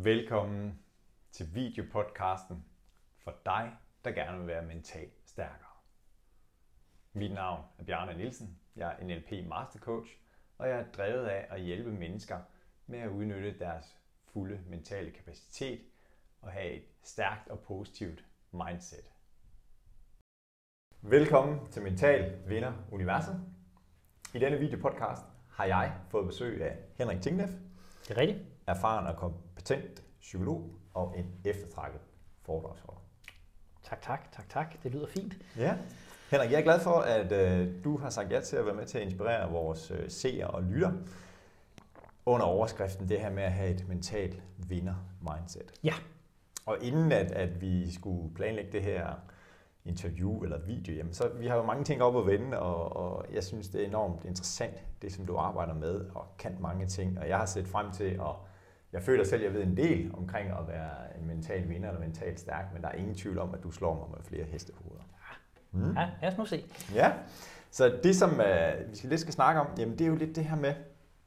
Velkommen til videopodcasten for dig, der gerne vil være mentalt stærkere. Mit navn er Bjarne Nielsen, jeg er NLP Mastercoach, og jeg er drevet af at hjælpe mennesker med at udnytte deres fulde mentale kapacitet og have et stærkt og positivt mindset. Velkommen til Mental Vinder Universet. I denne videopodcast har jeg fået besøg af Henrik Tingleff. Det er rigtigt. Erfaren og kompetent psykolog og en eftertragtet foredragsholder. Tak. Det lyder fint. Ja. Henrik, jeg er glad for, at du har sagt ja til at være med til at inspirere vores seere og lytter under overskriften det her med at have et mentalt vinder-mindset. Ja. Og inden at vi skulle planlægge det her interview eller video, jamen, så vi har jo mange ting op at vende, og jeg synes, det er enormt interessant, det som du arbejder med, og kan mange ting. Og jeg har set frem til, og jeg føler selv, at jeg ved en del omkring at være en mental vinder eller mentalt stærk, men der er ingen tvivl om, at du slår mig med flere hestehoveder. Ja, lad os nu se. Ja, så det som vi lidt skal snakke om, jamen det er jo lidt det her med,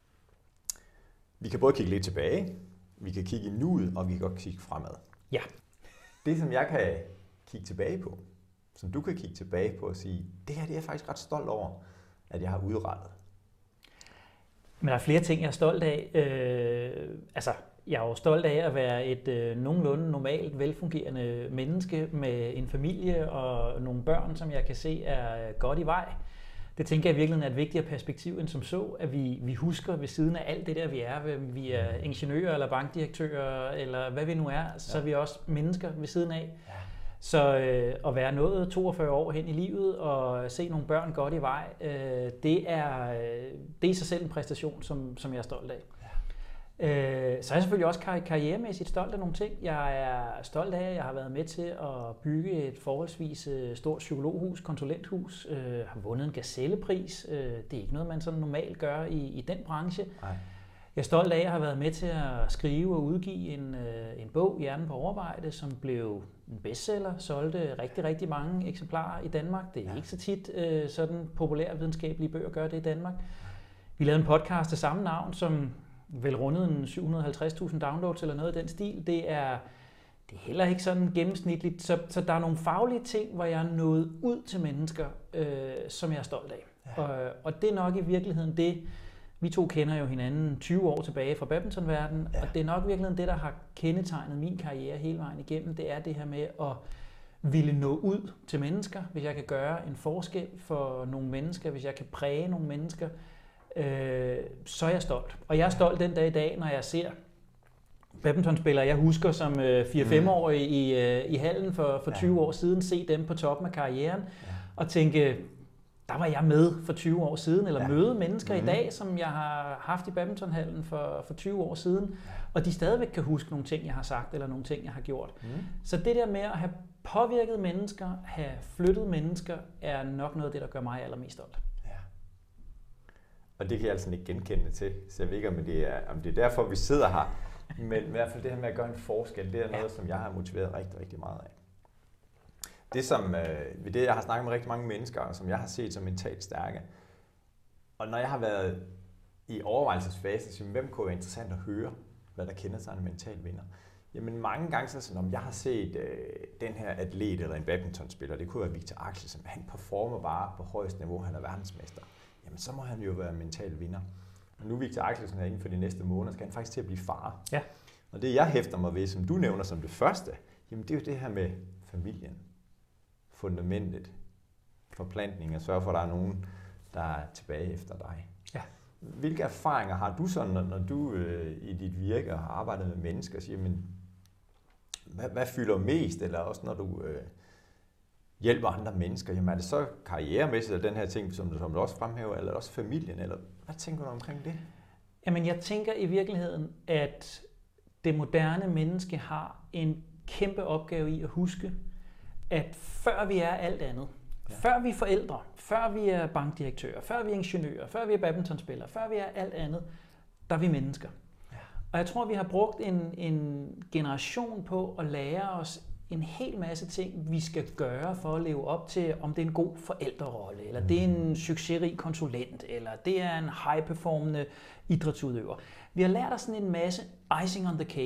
vi kan både kigge lidt tilbage, vi kan kigge i nuet, og vi kan godt kigge fremad. Ja. Det som jeg kan kigge tilbage på, som du kan kigge tilbage på og sige, det her det er jeg faktisk ret stolt over, at jeg har udrettet. Men der er flere ting, jeg er stolt af. Jeg er jo stolt af at være et nogenlunde normalt, velfungerende menneske med en familie og nogle børn, som jeg kan se er godt i vej. Det tænker jeg virkelig er et vigtigere perspektiv end som så, at vi husker ved siden af alt det der, vi er. Vi er ingeniører eller bankdirektører eller hvad vi nu er, så er vi også mennesker ved siden af. Ja. Så at være nået 42 år hen i livet og se nogle børn godt i vej, det er i sig selv en præstation, som jeg er stolt af. Ja. Så er jeg selvfølgelig også karrieremæssigt stolt af nogle ting. Jeg er stolt af, at jeg har været med til at bygge et forholdsvis stort psykologhus, konsulenthus. Har vundet en gazellepris. Det er ikke noget, man sådan normalt gør i den branche. Nej. Jeg er stolt af, at jeg har været med til at skrive og udgive en bog, Hjernen på overarbejde, som blev en bestseller, solgte rigtig, rigtig mange eksemplarer i Danmark. Det er ikke så tit sådan populærvidenskabelige bøger gør det i Danmark. Vi lavede en podcast af samme navn, som vel rundede en 750.000 downloads eller noget af den stil. Det er heller ikke sådan gennemsnitligt. Så der er nogle faglige ting, hvor jeg er nået ud til mennesker, som jeg er stolt af. Ja. Og det er nok i virkeligheden det. Vi to kender jo hinanden 20 år tilbage fra badmintonverdenen, og det er nok virkelig det, der har kendetegnet min karriere hele vejen igennem. Det er det her med at ville nå ud til mennesker, hvis jeg kan gøre en forskel for nogle mennesker, hvis jeg kan præge nogle mennesker, så er jeg stolt. Og jeg er stolt den dag i dag, når jeg ser badmintonspillere, jeg husker som 4-5-årig i hallen for 20 år siden, se dem på toppen af karrieren, og tænke, der var jeg med for 20 år siden, eller møde mennesker i dag, som jeg har haft i badmintonhallen for 20 år siden, og de stadigvæk kan huske nogle ting, jeg har sagt, eller nogle ting, jeg har gjort. Så det der med at have påvirket mennesker, have flyttet mennesker, er nok noget af det, der gør mig allermest stolt. Ja. Og det kan jeg altså ikke genkende til, så jeg ved ikke, om det er derfor, vi sidder her. Men i hvert fald det her med at gøre en forskel, det er noget, som jeg har motiveret rigtig, rigtig meget af. Det jeg har snakket med rigtig mange mennesker, og som jeg har set som mentalt stærke, og når jeg har været i overvejelsesfase, så hvem kunne være interessant at høre, hvad der kender sig en mental vinder? Jamen mange gange så er det sådan, om jeg har set den her atlet eller en badmintonspiller, det kunne være Victor Axelsen, han performer bare på højeste niveau, han er verdensmester. Jamen så må han jo være en mental vinder. Og nu Victor Axelsen er inden for de næste måneder, skal han faktisk til at blive far. Ja. Og det jeg hæfter mig ved, som du nævner som det første, jamen det er jo det her med familien. Fundamentet, forplantning og sørge for, at der er nogen, der er tilbage efter dig. Ja. Hvilke erfaringer har du så, når du i dit virke har arbejdet med mennesker, siger, men hvad fylder mest, eller også når du hjælper andre mennesker? Jamen er det så karrieremæssigt, eller den her ting, som du også fremhæver, eller også familien, eller hvad tænker du omkring det? Jamen jeg tænker i virkeligheden, at det moderne menneske har en kæmpe opgave i at huske, at før vi er alt andet, før vi er forældre, før vi er bankdirektører, før vi er ingeniører, før vi er badmintonspillere, før vi er alt andet, der er vi mennesker. Ja. Og jeg tror, vi har brugt en generation på at lære os en hel masse ting, vi skal gøre for at leve op til, om det er en god forældrerolle, eller det er en succesrig konsulent, eller det er en high-performende idrætsudøver. Vi har lært os sådan en masse icing on the cake.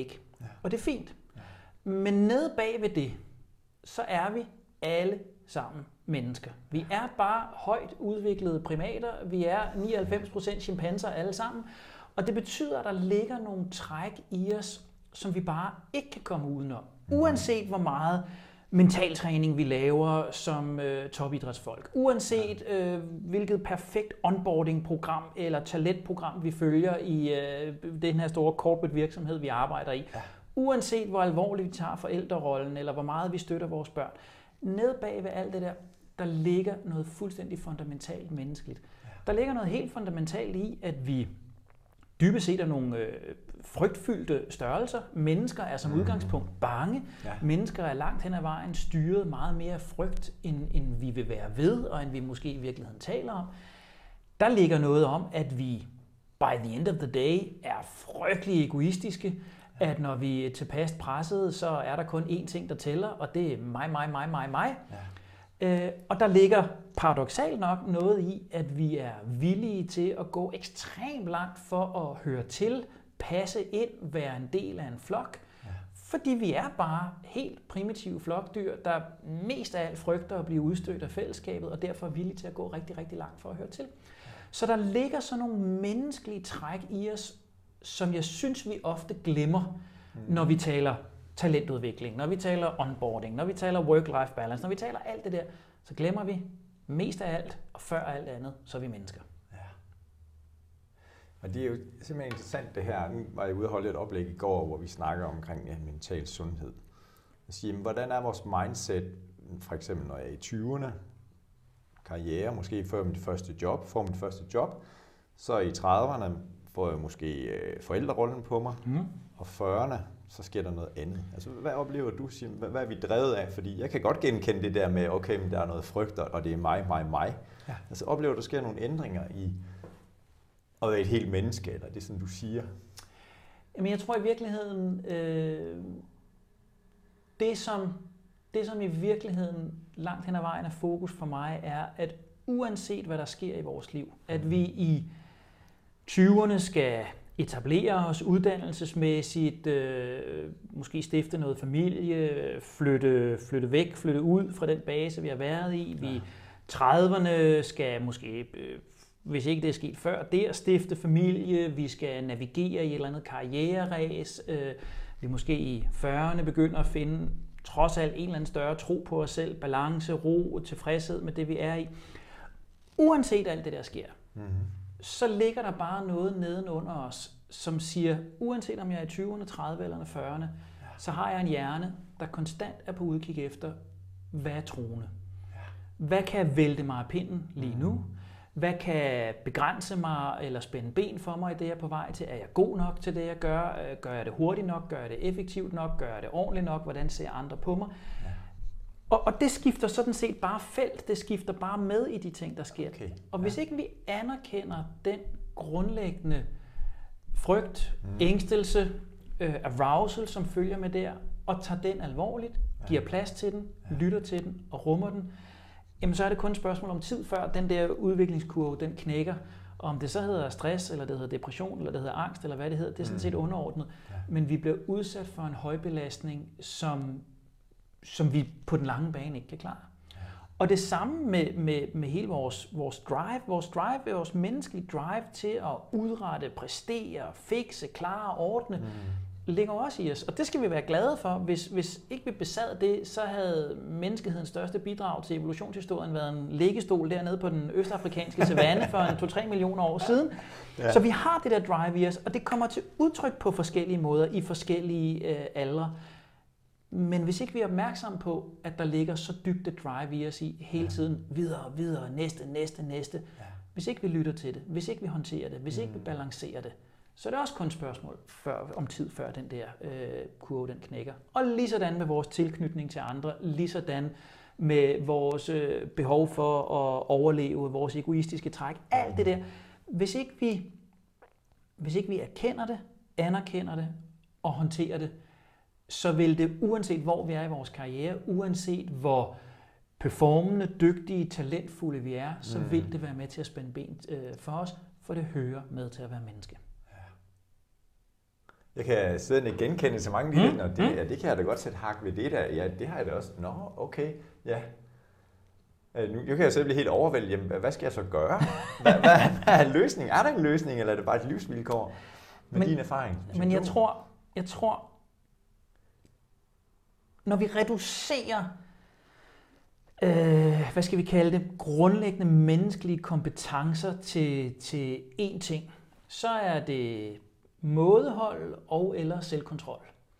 Og det er fint. Men nede bag ved det, så er vi alle sammen mennesker. Vi er bare højt udviklede primater. Vi er 99% chimpanser alle sammen. Og det betyder, at der ligger nogle træk i os, som vi bare ikke kan komme udenom. Uanset hvor meget mentaltræning vi laver som topidrætsfolk. Uanset hvilket perfekt onboarding-program eller talentprogram vi følger i den her store corporate virksomhed, vi arbejder i. Ja. Uanset hvor alvorligt vi tager forældrerollen eller hvor meget vi støtter vores børn. Nede bag ved alt det der ligger noget fuldstændig fundamentalt menneskeligt. Ja. Der ligger noget helt fundamentalt i, at vi dybest set er nogle frygtfyldte størrelser. Mennesker er som udgangspunkt bange. Ja. Mennesker er langt hen ad vejen styret meget mere af frygt, end vi vil være ved, og end vi måske i virkeligheden taler om. Der ligger noget om, at vi by the end of the day er frygtelig egoistiske, at når vi er tilpas pressede, så er der kun én ting, der tæller, og det er mig. Ja. Og der ligger paradoksalt nok noget i, at vi er villige til at gå ekstremt langt for at høre til, passe ind, være en del af en flok. Ja. Fordi vi er bare helt primitive flokdyr, der mest af alt frygter at blive udstødt af fællesskabet, og derfor er villige til at gå rigtig, rigtig langt for at høre til. Ja. Så der ligger sådan nogle menneskelige træk i os, som jeg synes, vi ofte glemmer, når vi taler talentudvikling, når vi taler onboarding, når vi taler work-life balance, når vi taler alt det der, så glemmer vi mest af alt, og før alt andet, så er vi mennesker. Ja. Og det er jo simpelthen interessant det her. Nu var jeg ude og holde et oplæg i går, hvor vi snakker omkring mental sundhed. Jeg siger, hvordan er vores mindset, for eksempel når jeg er i 20'erne, karriere, måske før mit første job, får mit første job, så i 30'erne får jeg måske forældrerollen på mig, og 40'erne, så sker der noget andet. Altså, hvad oplever du, Sim? Hvad er vi drevet af? Fordi jeg kan godt genkende det der med, okay, men der er noget frygt, og det er mig. Ja. Altså, oplever du, der sker nogle ændringer i at være et helt menneske, eller det er sådan, du siger? Jamen, jeg tror i virkeligheden, det som i virkeligheden langt hen ad vejen er fokus for mig, er, at uanset hvad der sker i vores liv, at vi i 20'erne skal etablere os uddannelsesmæssigt, måske stifte noget familie, flytte væk, flytte ud fra den base, vi har været i. Vi 30'erne skal måske, hvis ikke det er sket før, der stifte familie, vi skal navigere i et eller andet karriereræs, vi måske i 40'erne begynder at finde trods alt en eller anden større tro på os selv, balance, ro og tilfredshed med det, vi er i. Uanset alt det, der sker, så ligger der bare noget nedenunder os, som siger, uanset om jeg er i 20'erne, 30'erne eller 40'erne, så har jeg en hjerne, der konstant er på udkig efter, hvad er troende? Hvad kan vælte mig af pinden lige nu? Hvad kan begrænse mig eller spænde ben for mig i det, jeg er på vej til? Er jeg god nok til det, jeg gør? Gør jeg det hurtigt nok? Gør jeg det effektivt nok? Gør jeg det ordentligt nok? Hvordan ser andre på mig? Ja. Og det skifter sådan set bare felt. Det skifter bare med i de ting, der sker. Okay. Og hvis ikke vi anerkender den grundlæggende frygt, ængstelse, arousal, som følger med der, og tager den alvorligt, giver plads til den, lytter til den og rummer den, jamen så er det kun et spørgsmål om tid, før den der udviklingskurve, den knækker. Og om det så hedder stress, eller det hedder depression, eller det hedder angst, eller hvad det hedder, det er sådan set underordnet. Ja. Men vi bliver udsat for en højbelastning, som vi på den lange bane ikke kan klare. Ja. Og det samme med hele vores drive. Vores drive er vores menneskelige drive til at udrette, præstere, fikse, klare, ordne, ligger også i os. Og det skal vi være glade for. Hvis ikke vi besad det, så havde menneskehedens største bidrag til evolutionshistorien været en liggestol dernede på den østafrikanske savanne for 2-3 millioner år siden. Ja. Så vi har det der drive i os, og det kommer til udtryk på forskellige måder i forskellige aldre. Men hvis ikke vi er opmærksomme på, at der ligger så dybt et drive i os i hele tiden, videre, næste. Hvis ikke vi lytter til det, hvis ikke vi håndterer det, hvis ikke vi balancerer det, så er det også kun et spørgsmål om tid, før den der kurve den knækker. Og lige sådan med vores tilknytning til andre, lige sådan med vores behov for at overleve, vores egoistiske træk, alt det der. Hvis ikke vi erkender det, anerkender det og håndterer det, så vil det, uanset hvor vi er i vores karriere, uanset hvor performende, dygtige, talentfulde vi er, så vil det være med til at spænde ben for os, for det hører med til at være menneske. Jeg kan sidde genkende til mange af de der, det kan jeg da godt sætte hak ved det der. Ja, det har jeg da også. Nå, okay, ja. Nu kan jeg selv blive helt overvældet. Jamen, hvad skal jeg så gøre? Hvad er løsningen? Er der en løsning, eller er det bare et livsvilkår med din erfaring? Men jeg tror, når vi reducerer, hvad skal vi kalde det, grundlæggende menneskelige kompetencer til én ting, så er det mådehold og eller selvkontrol.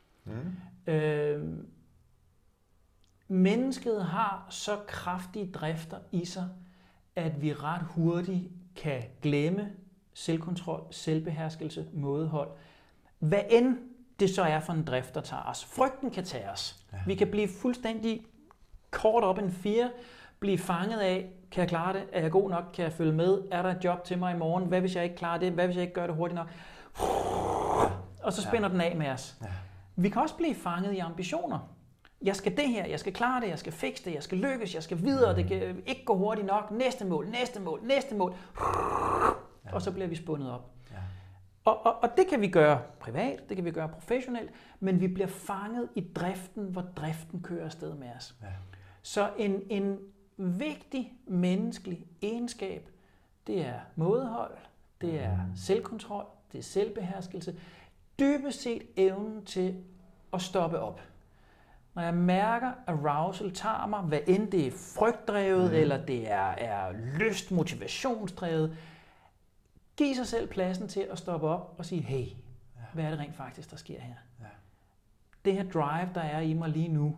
Mennesket har så kraftige drifter i sig, at vi ret hurtigt kan glemme selvkontrol, selvbeherskelse, mådehold. Hvad end det så er for en drift, der tager os. Frygten kan tage os. Ja. Vi kan blive fuldstændig kort op en 4, blive fanget af, kan jeg klare det? Er jeg god nok? Kan jeg følge med? Er der et job til mig i morgen? Hvad hvis jeg ikke klarer det? Hvad hvis jeg ikke gør det hurtigt nok? Og så spænder den af med os. Ja. Vi kan også blive fanget i ambitioner. Jeg skal det her, jeg skal klare det, jeg skal fikse det, jeg skal lykkes, jeg skal videre, det kan ikke gå hurtigt nok. Næste mål, næste mål, næste mål. Og så bliver vi spundet op. Ja. Og det kan vi gøre privat, det kan vi gøre professionelt, men vi bliver fanget i driften, hvor driften kører afsted med os. Ja. Så en vigtig menneskelig egenskab, det er mådehold, det er selvkontrol, det er selvbeherskelse. Dybest set evnen til at stoppe op. Når jeg mærker, at arousal tager mig, hvad end det er frygtdrevet, eller det er lyst, motivationsdrevet, giv sig selv pladsen til at stoppe op og sige, hey, hvad er det rent faktisk, der sker her? Ja. Det her drive, der er i mig lige nu,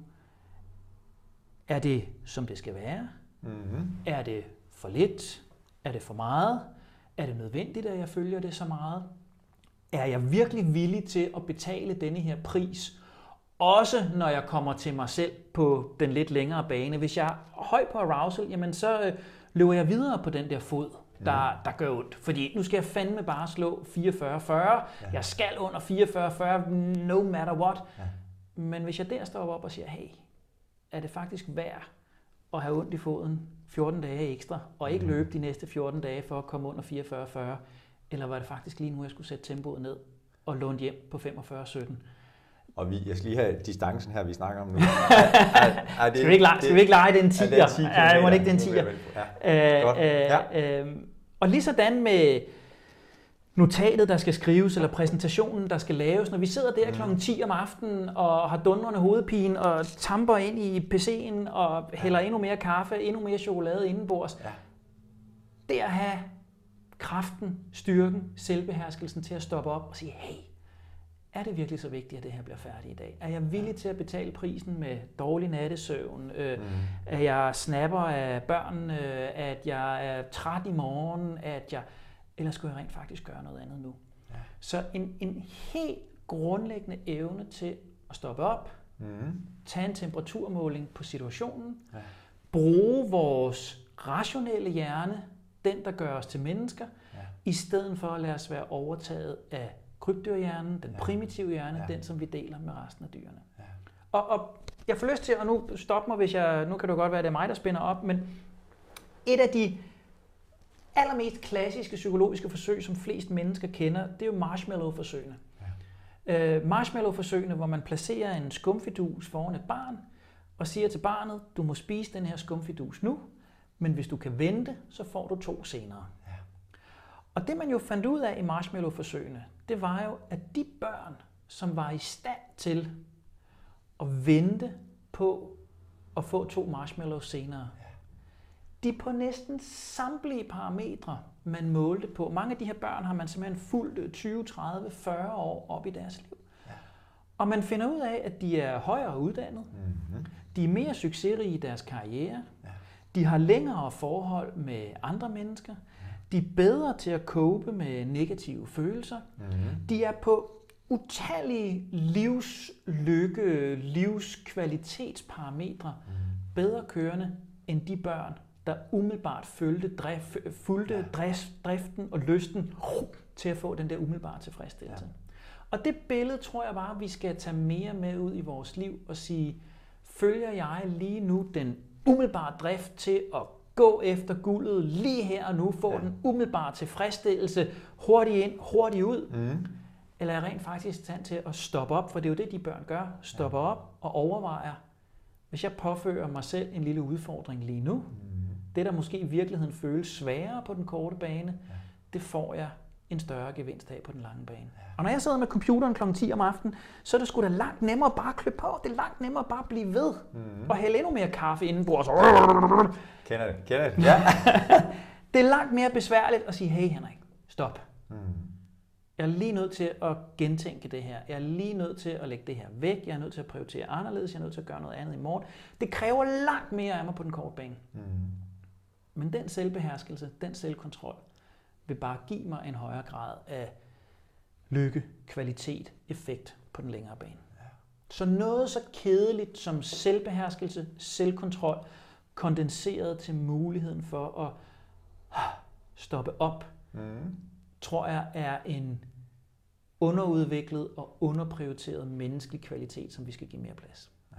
er det, som det skal være? Er det for lidt? Er det for meget? Er det nødvendigt, at jeg følger det så meget? Er jeg virkelig villig til at betale denne her pris? Også når jeg kommer til mig selv på den lidt længere bane. Hvis jeg er høj på arousal, jamen så løber jeg videre på den der fod, der gør ondt. Fordi nu skal jeg fandme bare slå 44-40. Ja. Jeg skal under 44-40, no matter what. Ja. Men hvis jeg der står op og siger, hey, er det faktisk værd at have ondt i foden 14 dage ekstra, og ikke løbe de næste 14 dage for at komme under 44-40? Eller var det faktisk lige nu, jeg skulle sætte tempoet ned og låne hjem på 45-17? Og jeg skal lige have distancen her, vi snakker om nu. Skal vi ikke lege den 10'er? Ja, må det ikke den 10'er. Og lige sådan med notatet, der skal skrives, eller præsentationen, der skal laves. Når vi sidder der kl. 10 om aftenen og har dundrende hovedpine og tamper ind i PC'en og hælder endnu mere kaffe, endnu mere chokolade indenbords. Ja. Det at have kraften, styrken, selvbeherskelsen til at stoppe op og sige, hey, er det virkelig så vigtigt, at det her bliver færdigt i dag? Er jeg villig til at betale prisen med dårlig nattesøvn? At jeg snapper af børnene? At jeg er træt i morgen? Eller skulle jeg rent faktisk gøre noget andet nu? Ja. Så en helt grundlæggende evne til at stoppe op, tage en temperaturmåling på situationen, bruge vores rationelle hjerne, den der gør os til mennesker, i stedet for at lade os være overtaget af krybdyrhjernen, den primitive hjerne, den som vi deler med resten af dyrene. Ja. Og jeg får lyst til, og nu stop mig, nu kan det godt være, at det er mig, der spænder op, men et af de allermest klassiske psykologiske forsøg, som flest mennesker kender, det er jo marshmallow-forsøgene. Ja. Marshmallow-forsøgene, hvor man placerer en skumfidus foran et barn, og siger til barnet, du må spise den her skumfidus nu, men hvis du kan vente, så får du 2 senere. Ja. Og det man jo fandt ud af i marshmallow-forsøgene, det var jo, at de børn, som var i stand til at vente på at få 2 marshmallows senere, de på næsten samtlige parametre, man målte på, mange af de her børn har man simpelthen fulgt 20, 30, 40 år op i deres liv. Ja. Og man finder ud af, at de er højere uddannet, de er mere succesrige i deres karriere, de har længere forhold med andre mennesker, de er bedre til at cope med negative følelser. De er på utallige livskvalitetsparametre bedre kørende end de børn, der umiddelbart fulgte driften og lysten til at få den der umiddelbare tilfredsstillelse. Ja. Og det billede tror jeg bare, vi skal tage mere med ud i vores liv og sige, følger jeg lige nu den umiddelbare drift til at gå efter guldet lige her og nu, få den umiddelbare tilfredsstillelse, hurtigt ind, hurtigt ud? eller er jeg rent faktisk i stand til at stoppe op, for det er jo det, de børn gør, stoppe op og overvejer, hvis jeg påfører mig selv en lille udfordring lige nu, det der måske i virkeligheden føles sværere på den korte bane, det får jeg en større gevinst af på den lange bane. Og når jeg sidder med computeren kl. 10 om aftenen, så er det sgu da langt nemmere bare at klø på. Det er langt nemmere bare at blive ved. Og hælde endnu mere kaffe indenbords. Kender det, ja. Det er langt mere besværligt at sige, hey Henrik, stop. Jeg er lige nødt til at gentænke det her. Jeg er lige nødt til at lægge det her væk. Jeg er nødt til at prioritere anderledes. Jeg er nødt til at gøre noget andet i morgen. Det kræver langt mere af mig på den korte bane. Men den selvbeherskelse, den selvkontrol, vil bare give mig en højere grad af lykke, kvalitet, effekt på den længere bane. Så noget så kedeligt som selvbeherskelse, selvkontrol, kondenseret til muligheden for at stoppe op, tror jeg er en underudviklet og underprioriteret menneskelig kvalitet, som vi skal give mere plads. Ja.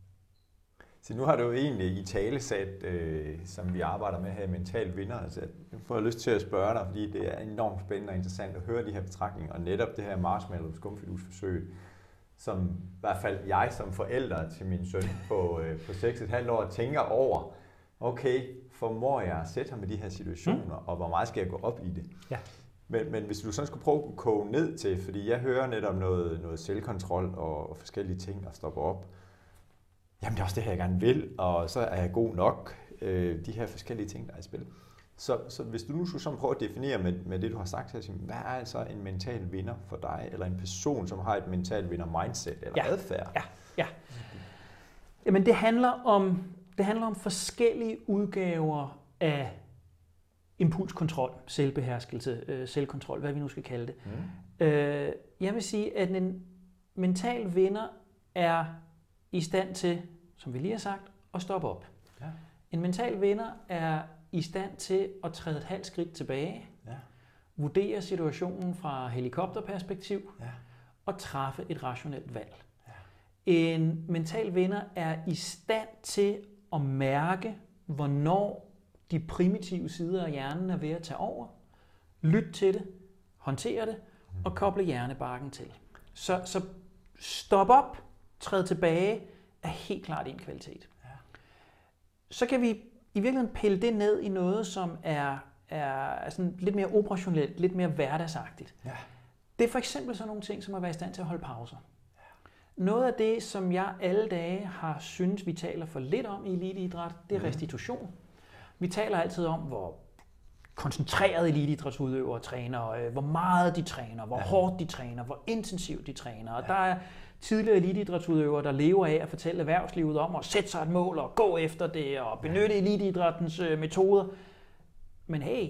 Så nu har du jo egentlig i talesat, som vi arbejder med her i Mental Vinder. Altså, jeg får lyst til at spørge dig, fordi det er enormt spændende og interessant at høre de her betragtninger, og netop det her marshmallow skumfidusforsøg, som i hvert fald jeg som forælder til min søn på 6,5 år tænker over, okay, formår jeg at sætte ham i de her situationer, og hvor meget skal jeg gå op i det? Ja. Men hvis du sådan skulle prøve at koge ned til, fordi jeg hører netop noget selvkontrol og forskellige ting at stoppe op. Jamen det er også det her, jeg gerne vil, og så er jeg god nok. De her forskellige ting, der er i spil. Så hvis du nu skulle sådan prøve at definere med det, du har sagt her, hvad er altså en mental vinder for dig, eller en person, som har et mental vinder-mindset eller adfærd? Ja. Jamen det handler om forskellige udgaver af impulskontrol, selvbeherskelse, selvkontrol, hvad vi nu skal kalde det. Jeg vil sige, at en mental vinder er i stand til, som vi lige har sagt, at stoppe op. Ja. En mental vinder er i stand til at træde et halvt skridt tilbage, vurdere situationen fra helikopterperspektiv og træffe et rationelt valg. Ja. En mental vinder er i stand til at mærke, hvornår de primitive sider af hjernen er ved at tage over, lytte til det, håndtere det og koble hjernebarken til. Så stop op, træd tilbage er helt klart en kvalitet. Ja. Så kan vi i virkeligheden pille det ned i noget, som er sådan lidt mere operationelt, lidt mere hverdagsagtigt. Ja. Det er for eksempel sådan nogle ting, som at være i stand til at holde pauser. Ja. Noget af det, som jeg alle dage har synes, vi taler for lidt om i eliteidræt, det er restitution. Vi taler altid om, hvor koncentreret eliteidrætsudøvere træner, hvor meget de træner, hvor hårdt de træner, hvor intensivt de træner. Og der er tidligere eliteidrætsudøvere, der lever af at fortælle erhvervslivet om at sætte sig et mål og gå efter det og benytte eliteidrættens metoder. Men hey,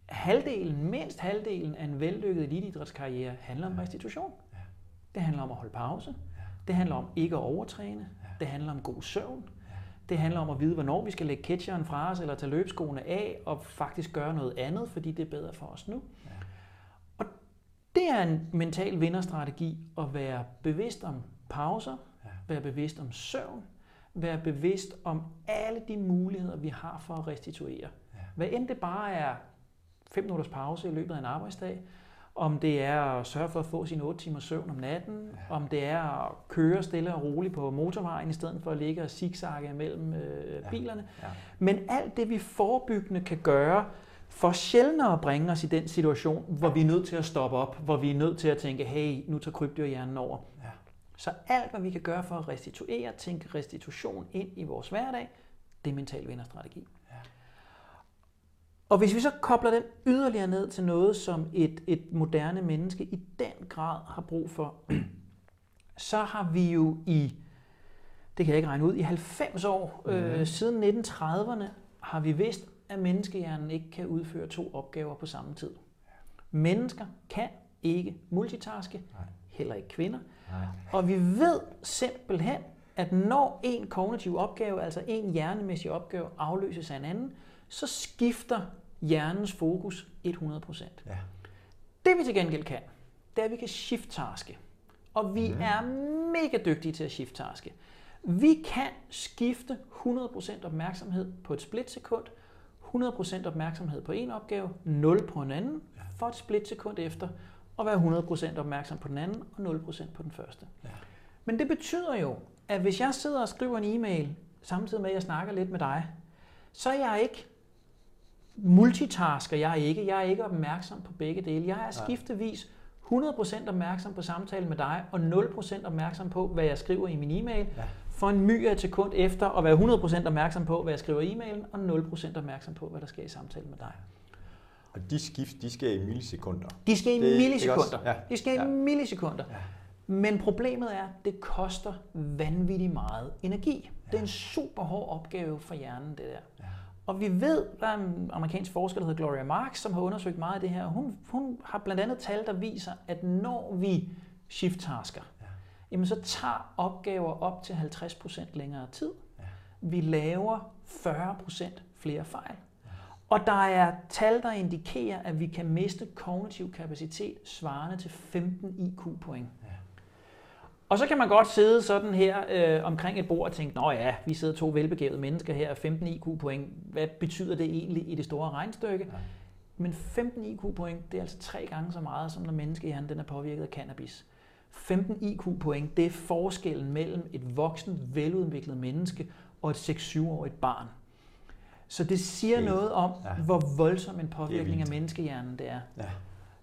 mindst halvdelen af en vellykket eliteidrætskarriere handler om restitution. Det handler om at holde pause. Det handler om ikke at overtræne. Det handler om god søvn. Det handler om at vide, hvornår vi skal lægge ketcheren fra os eller tage løbskoene af og faktisk gøre noget andet, fordi det er bedre for os nu. Ja. Og det er en mental vinderstrategi at være bevidst om pauser, være bevidst om søvn, være bevidst om alle de muligheder, vi har for at restituere. Ja. Hvad end det bare er 5 minutters pause i løbet af en arbejdsdag, om det er at sørge for at få sine 8 timers søvn om natten, om det er at køre stille og roligt på motorvejen, i stedet for at ligge og zigzagge mellem bilerne. Ja. Men alt det, vi forebyggende kan gøre, for sjældnere at bringe os i den situation, hvor vi er nødt til at stoppe op, hvor vi er nødt til at tænke, hey, nu tager krybdyrhjernen over. Ja. Så alt, hvad vi kan gøre for at restituere, tænke restitution ind i vores hverdag, det er mental vinderstrategi. Og hvis vi så kobler den yderligere ned til noget, som et moderne menneske i den grad har brug for, så har vi jo det kan jeg ikke regne ud, i 90 år, siden 1930'erne, har vi vidst, at menneskehjernen ikke kan udføre 2 opgaver på samme tid. Mennesker kan ikke multitaske, heller ikke kvinder. Nej. Og vi ved simpelthen, at når en kognitiv opgave, altså en hjernemæssig opgave, afløses af en anden, så skifter hjernens fokus 100%. Ja. Det vi til gengæld kan, det er, at vi kan shift-taske. Og vi er mega dygtige til at shift-taske. Vi kan skifte 100% opmærksomhed på et splitsekund, 100% opmærksomhed på en opgave, 0 på en anden, for et splitsekund efter og være 100% opmærksom på den anden, og 0% på den første. Ja. Men det betyder jo, at hvis jeg sidder og skriver en e-mail, samtidig med at jeg snakker lidt med dig, så er jeg ikke multitasker, jeg er ikke opmærksom på begge dele. Jeg er skiftevis 100% opmærksom på samtalen med dig, og 0% opmærksom på, hvad jeg skriver i min e-mail, for en my af et sekund efter at være 100% opmærksom på, hvad jeg skriver i e-mailen, og 0% opmærksom på, hvad der sker i samtalen med dig. Og de skift, de sker i millisekunder. De sker i millisekunder. Ja. De sker i millisekunder. Ja. Men problemet er, at det koster vanvittigt meget energi. Ja. Det er en super hård opgave for hjernen, det der. Ja. Og vi ved, der er en amerikansk forsker, der hedder Gloria Marx, som har undersøgt meget af det her. Hun har blandt andet tal, der viser, at når vi shift-tasker, jamen så tager opgaver op til 50% længere tid. Ja. Vi laver 40% flere fejl. Ja. Og der er tal, der indikerer, at vi kan miste kognitiv kapacitet svarende til 15 IQ-point. Ja. Og så kan man godt sidde sådan her omkring et bord og tænke, nå ja, vi sidder 2 velbegavede mennesker her, 15 IQ-point, hvad betyder det egentlig i det store regnestykke? Ja. Men 15 IQ-point, det er altså 3 gange så meget, som når menneskehjernen den er påvirket af cannabis. 15 IQ-point, det er forskellen mellem et voksent, veludviklet menneske og et 6-7-årigt barn. Så det siger noget om, hvor voldsom en påvirkning af menneskehjernen det er. Ja.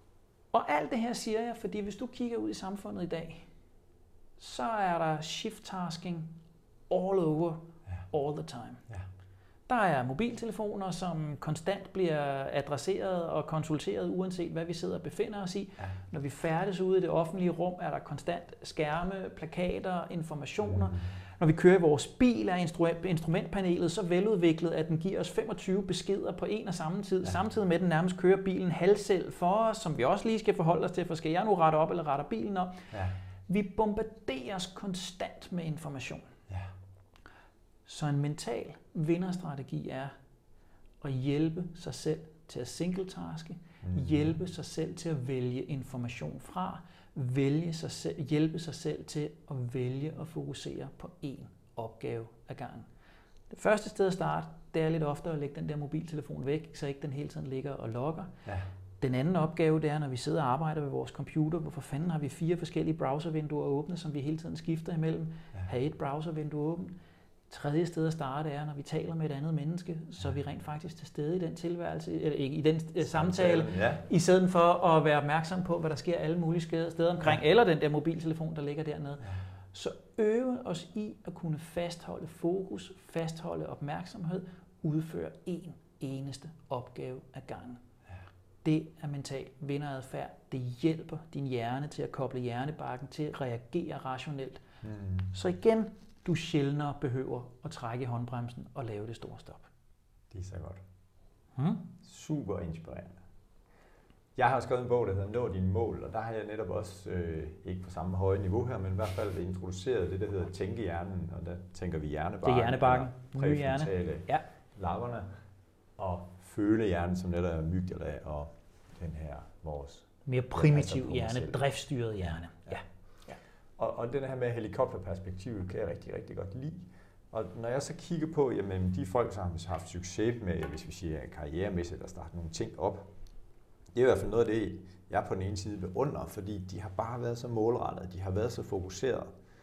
Og alt det her siger jeg, fordi hvis du kigger ud i samfundet i dag, så er der shift-tasking all over, all the time. Ja. Der er mobiltelefoner, som konstant bliver adresseret og konsulteret, uanset hvad vi sidder og befinder os i. Ja. Når vi færdes ude i det offentlige rum, er der konstant skærme, plakater, informationer. Når vi kører i vores bil, er instrumentpanelet så veludviklet, at den giver os 25 beskeder på en og samme tid, samtidig med at den nærmest kører bilen halvsel for os, som vi også lige skal forholde os til, for skal jeg nu rette op eller retter bilen op? Ja. Vi bombarderes konstant med information. Ja. Så en mental vinderstrategi er at hjælpe sig selv til at singletaske, hjælpe sig selv til at vælge information fra, hjælpe sig selv til at vælge at fokusere på én opgave ad gangen. Det første sted at starte, det er lidt oftere at lægge den der mobiltelefon væk, så ikke den hele tiden ligger og logger. Ja. Den anden opgave, det er, når vi sidder og arbejder ved vores computer, hvorfor fanden har vi 4 forskellige browservinduer åbne, som vi hele tiden skifter imellem. Have et browservindue åbent. Tredje sted at starte er, når vi taler med et andet menneske, så er vi rent faktisk til stede i den tilværelse, eller ikke i den samtale, i stedet for at være opmærksom på, hvad der sker alle mulige steder omkring, eller den der mobiltelefon, der ligger dernede. Så øve os i at kunne fastholde fokus, fastholde opmærksomhed, udføre én eneste opgave ad gangen. Det er mental vinderadfærd. Det hjælper din hjerne til at koble hjernebarken til at reagere rationelt. Så igen, du sjældnere behøver at trække i håndbremsen og lave det store stop. Det er så godt. Super inspirerende. Jeg har skrevet en bog, der hedder Nå dine mål, og der har jeg netop også, ikke på samme høje niveau her, men i hvert fald introduceret det, der hedder tænkehjernen, og der tænker vi hjernebarken. Det er hjernebarken. Nye hjerne. Ja. Lapperne, og følehjernen, som netop er mygdala, og den her vores mere primitiv hjerne, driftstyret hjerne. Ja. Og den her med helikopterperspektivet kan jeg rigtig, rigtig godt lide. Og når jeg så kigger på, jamen de folk, som har haft succes med, hvis vi siger karrieremæssigt, at starte nogle ting op, det er i hvert fald noget af det, jeg på den ene side beundrer, fordi de har bare været så målrettede, de har været så fokuseret.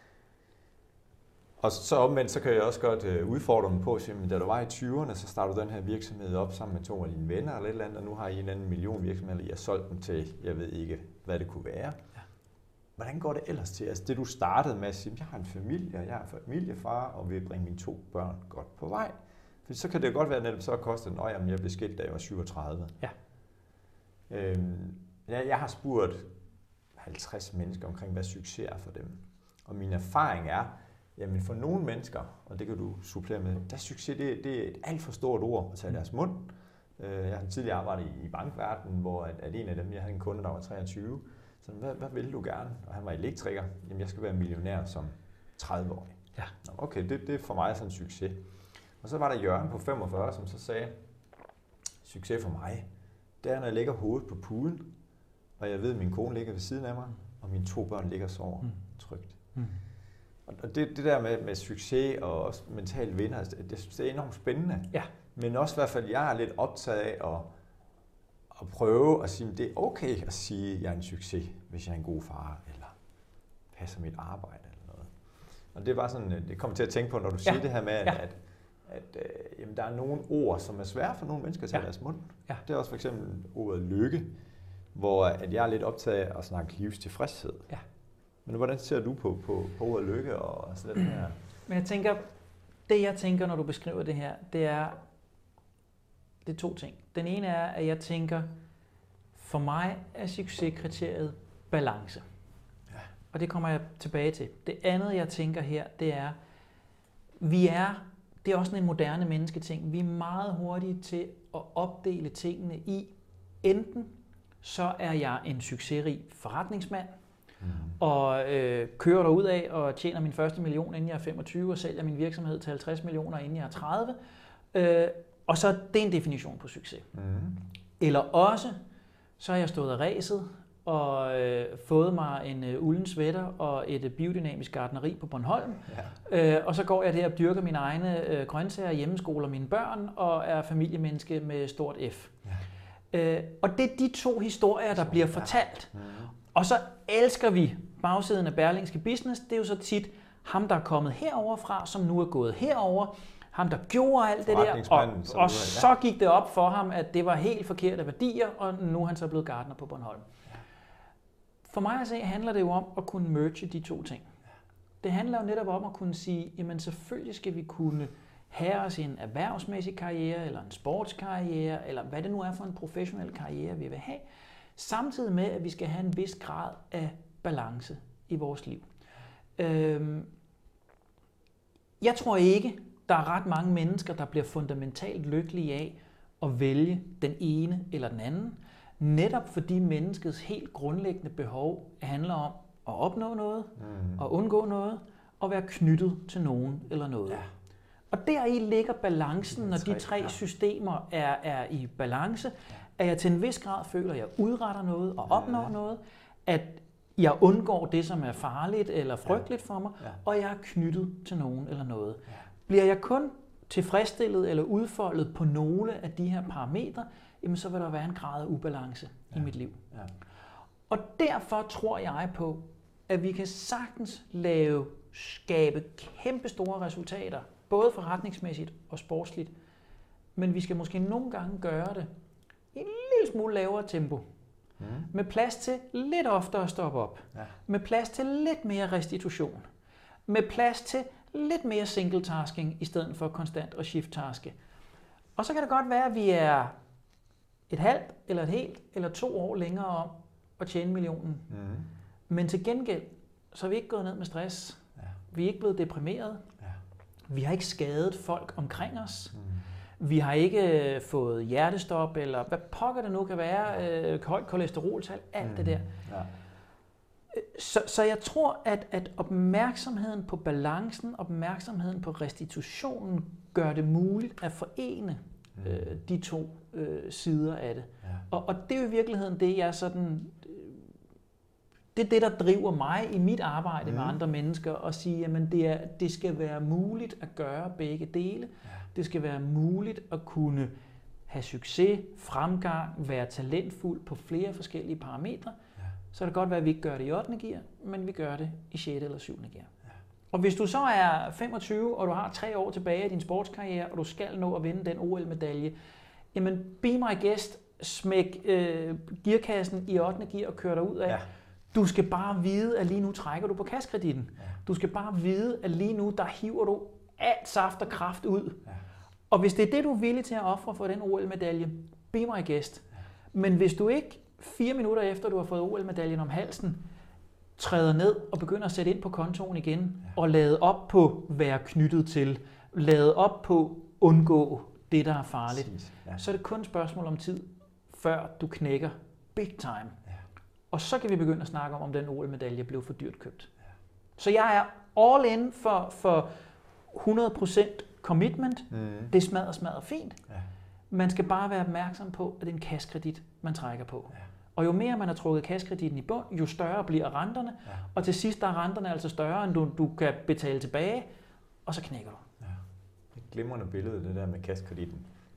Og så omvendt, så kan jeg også godt udfordre dem på at sige, da du var i 20'erne, så startede du den her virksomhed op sammen med 2 af dine venner eller et eller andet, og nu har I en eller anden million virksomheder, og I har solgt dem til, jeg ved ikke, hvad det kunne være. Ja. Hvordan går det ellers til? Altså det du startede med at sige, jeg har en familie, jeg er familiefar, og vil bringe mine 2 børn godt på vej. For så kan det godt være, at netop så koster det, at jeg blev skilt, da jeg var 37. Ja. Jeg har spurgt 50 mennesker omkring, hvad succes er for dem. Og min erfaring er, jamen for nogle mennesker, og det kan du supplere med, der succes, det er et alt for stort ord at tage i deres mund. Jeg har tidligere arbejdet i bankverdenen, hvor at en af dem, jeg havde en kunde, der var 23, så hvad vil du gerne? Og han var elektriker. Jamen jeg skal være millionær som 30-årig. Ja. Okay, det er for mig sådan en succes. Og så var der Jørgen på 45, som så sagde, succes for mig, det er, når jeg lægger hovedet på puden, og jeg ved, at min kone ligger ved siden af mig, og mine 2 børn ligger og sover trygt. Og det der med succes og også mental vinder, det er enormt spændende. Ja. Men også i hvert fald, jeg er lidt optaget af at prøve at sige, at det er okay at sige, at jeg er en succes, hvis jeg er en god far, eller passer mit arbejde, eller noget. Og det er bare sådan, det kommer til at tænke på, når du siger det her med, at jamen, der er nogle ord, som er svære for nogle mennesker til deres mund. Ja. Det er også for eksempel ordet lykke, hvor at jeg er lidt optaget af at snakke livstilfredshed. Ja. Men hvordan ser du på ordet lykke og sådan den her? Men jeg tænker, når du beskriver det her, det er to ting. Den ene er, at jeg tænker, for mig er succeskriteriet balance. Ja. Og det kommer jeg tilbage til. Det andet, jeg tænker her, det er, det er også en moderne mennesketing. Vi er meget hurtige til at opdele tingene i, enten så er jeg en succesrig forretningsmand, og kører derud af og tjener min første million, inden jeg er 25, og sælger min virksomhed til 50 millioner, inden jeg er 30. Og så det er en definition på succes. Eller også, så har jeg stået af ræset og fået mig en ulden sweater og et biodynamisk gartneri på Bornholm. Ja. Og så går jeg der og dyrker mine egne grøntsager, hjemmeskoler mine børn og er familiemenneske med stort F. Ja. Og det er de to historier, der bliver fortalt. Og så elsker vi bagsiden af Berlingske Business. Det er jo så tit ham, der er kommet herover fra, som nu er gået herover. Ham, der gjorde alt det der, og så gik det op for ham, at det var helt forkerte værdier, og nu er han så blevet gartner på Bornholm. For mig at se, handler det jo om at kunne merge de to ting. Det handler jo netop om at kunne sige, jamen selvfølgelig skal vi kunne have os en erhvervsmæssig karriere, eller en sportskarriere, eller hvad det nu er for en professionel karriere, vi vil have, samtidig med, at vi skal have en vis grad af balance i vores liv. Jeg tror ikke, der er ret mange mennesker, der bliver fundamentalt lykkelige af at vælge den ene eller den anden, netop fordi menneskets helt grundlæggende behov handler om at opnå noget, at undgå noget, og være knyttet til nogen eller noget. Ja. Og deri ligger balancen, når de tre systemer er i balance, at jeg til en vis grad føler, at jeg udretter noget og opnår noget, at jeg undgår det, som er farligt eller frygteligt for mig, og jeg er knyttet til nogen eller noget. Ja. Bliver jeg kun tilfredsstillet eller udfoldet på nogle af de her parametre, jamen så vil der være en grad af ubalance i mit liv. Ja. Og derfor tror jeg på, at vi kan sagtens skabe kæmpe store resultater, både forretningsmæssigt og sportsligt, men vi skal måske nogle gange gøre det i en lille smule lavere tempo. Med plads til lidt oftere at stoppe op. Ja. Med plads til lidt mere restitution. Med plads til lidt mere single-tasking i stedet for konstant at shift-taske. Og så kan det godt være, at vi er et halvt, eller et helt, eller 2 år længere om at tjene millionen. Men til gengæld, så er vi ikke gået ned med stress. Ja. Vi er ikke blevet deprimeret. Ja. Vi har ikke skadet folk omkring os. Vi har ikke fået hjertestop, eller hvad pokker det nu kan være, højt kolesteroltal, alt det der. Ja. Så jeg tror, at opmærksomheden på balancen, opmærksomheden på restitutionen, gør det muligt at forene de to sider af det. Ja. Og det er jo i virkeligheden det, jeg sådan... Det er det, der driver mig i mit arbejde med andre mennesker, at sige, jamen det skal være muligt at gøre begge dele. Ja. Det skal være muligt at kunne have succes, fremgang, være talentfuld på flere forskellige parametre. Ja. Så kan det godt være, at vi ikke gør det i 8. gear, men vi gør det i 6. eller 7. gear. Ja. Og hvis du så er 25, og du har 3 år tilbage i din sportskarriere, og du skal nå at vinde den OL-medalje, jamen be my guest, smæk gearkassen i 8. gear og kør dig ud af. Ja. Du skal bare vide, at lige nu trækker du på kaskreditten. Ja. Du skal bare vide, at lige nu, der hiver du alt saft og kraft ud. Ja. Og hvis det er det, du er villig til at ofre for den OL-medalje, be my guest. Ja. Men hvis du ikke 4 minutter efter, du har fået OL-medaljen om halsen, træder ned og begynder at sætte ind på kontoen igen, og lade op på være knyttet til, lade op på undgå det, der er farligt, så er det kun et spørgsmål om tid, før du knækker big time. Og så kan vi begynde at snakke om den OL-medalje blev for dyrt købt. Ja. Så jeg er all in for 100% commitment. Det smadrer fint. Ja. Man skal bare være opmærksom på, at det er en kaskredit, man trækker på. Ja. Og jo mere man har trukket kaskreditten i bund, jo større bliver renterne. Ja. Og til sidst der er renterne altså større, end du kan betale tilbage, og så knækker du. Ja. Det er et glimrende billede, det der med kaskreditten.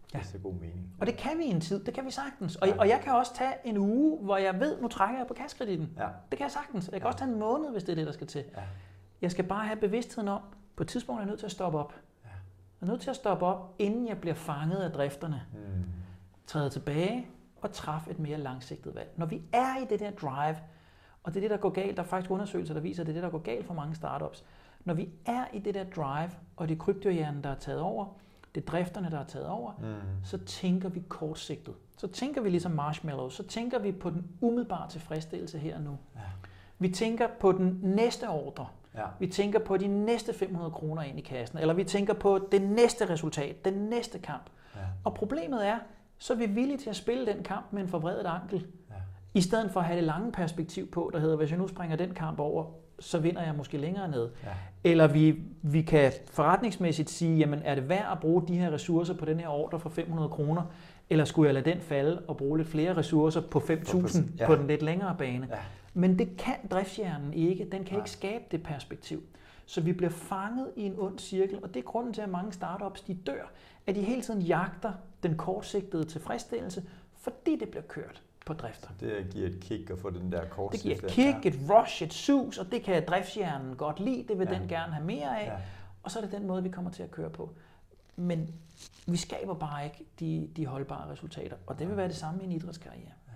Ja. Det er god mening. Og det kan vi i en tid, det kan vi sagtens. Og jeg kan også tage en uge, hvor jeg ved, nu trækker jeg på kaskreditten. Ja. Det kan jeg sagtens. Jeg kan også tage en måned, hvis det er det, der skal til. Ja. Jeg skal bare have bevidstheden om, på et tidspunkt er jeg nødt til at stoppe op. Ja. Jeg er nødt til at stoppe op, inden jeg bliver fanget af drifterne. Træde tilbage og træffe et mere langsigtet valg. Når vi er i det der drive, og det er det, der går galt, der er faktisk undersøgelser, der viser, at det er det, der går galt for mange startups. Når vi er i det der drive, og det er kryptohjernen, der er taget over, det er drifterne, der er taget over, så tænker vi kortsigtet. Så tænker vi ligesom marshmallow, så tænker vi på den umiddelbare tilfredsstillelse her og nu. Ja. Vi tænker på den næste ordre. Ja. Vi tænker på de næste 500 kroner ind i kassen, eller vi tænker på det næste resultat, den næste kamp. Ja. Og problemet er, så er vi villige til at spille den kamp med en forvredet ankel, i stedet for at have det lange perspektiv på, der hedder, hvis jeg nu springer den kamp over, så vinder jeg måske længere ned. Ja. Eller vi kan forretningsmæssigt sige, jamen er det værd at bruge de her ressourcer på den her ordre for 500 kroner, eller skulle jeg lade den falde og bruge lidt flere ressourcer på 5.000 på den lidt længere bane? Ja. Men det kan driftshjernen ikke. Den kan ikke skabe det perspektiv. Så vi bliver fanget i en ond cirkel, og det er grunden til, at mange startups de dør, at de hele tiden jagter den kortsigtede tilfredsstillelse, fordi det bliver kørt på drifter. Det giver et kick at få den der kortsigtede. Det giver et kick, et rush, et sus, og det kan driftshjernen godt lide, det vil den gerne have mere af, og så er det den måde, vi kommer til at køre på. Men vi skaber bare ikke de holdbare resultater, og det vil være det samme i en idrætskarriere.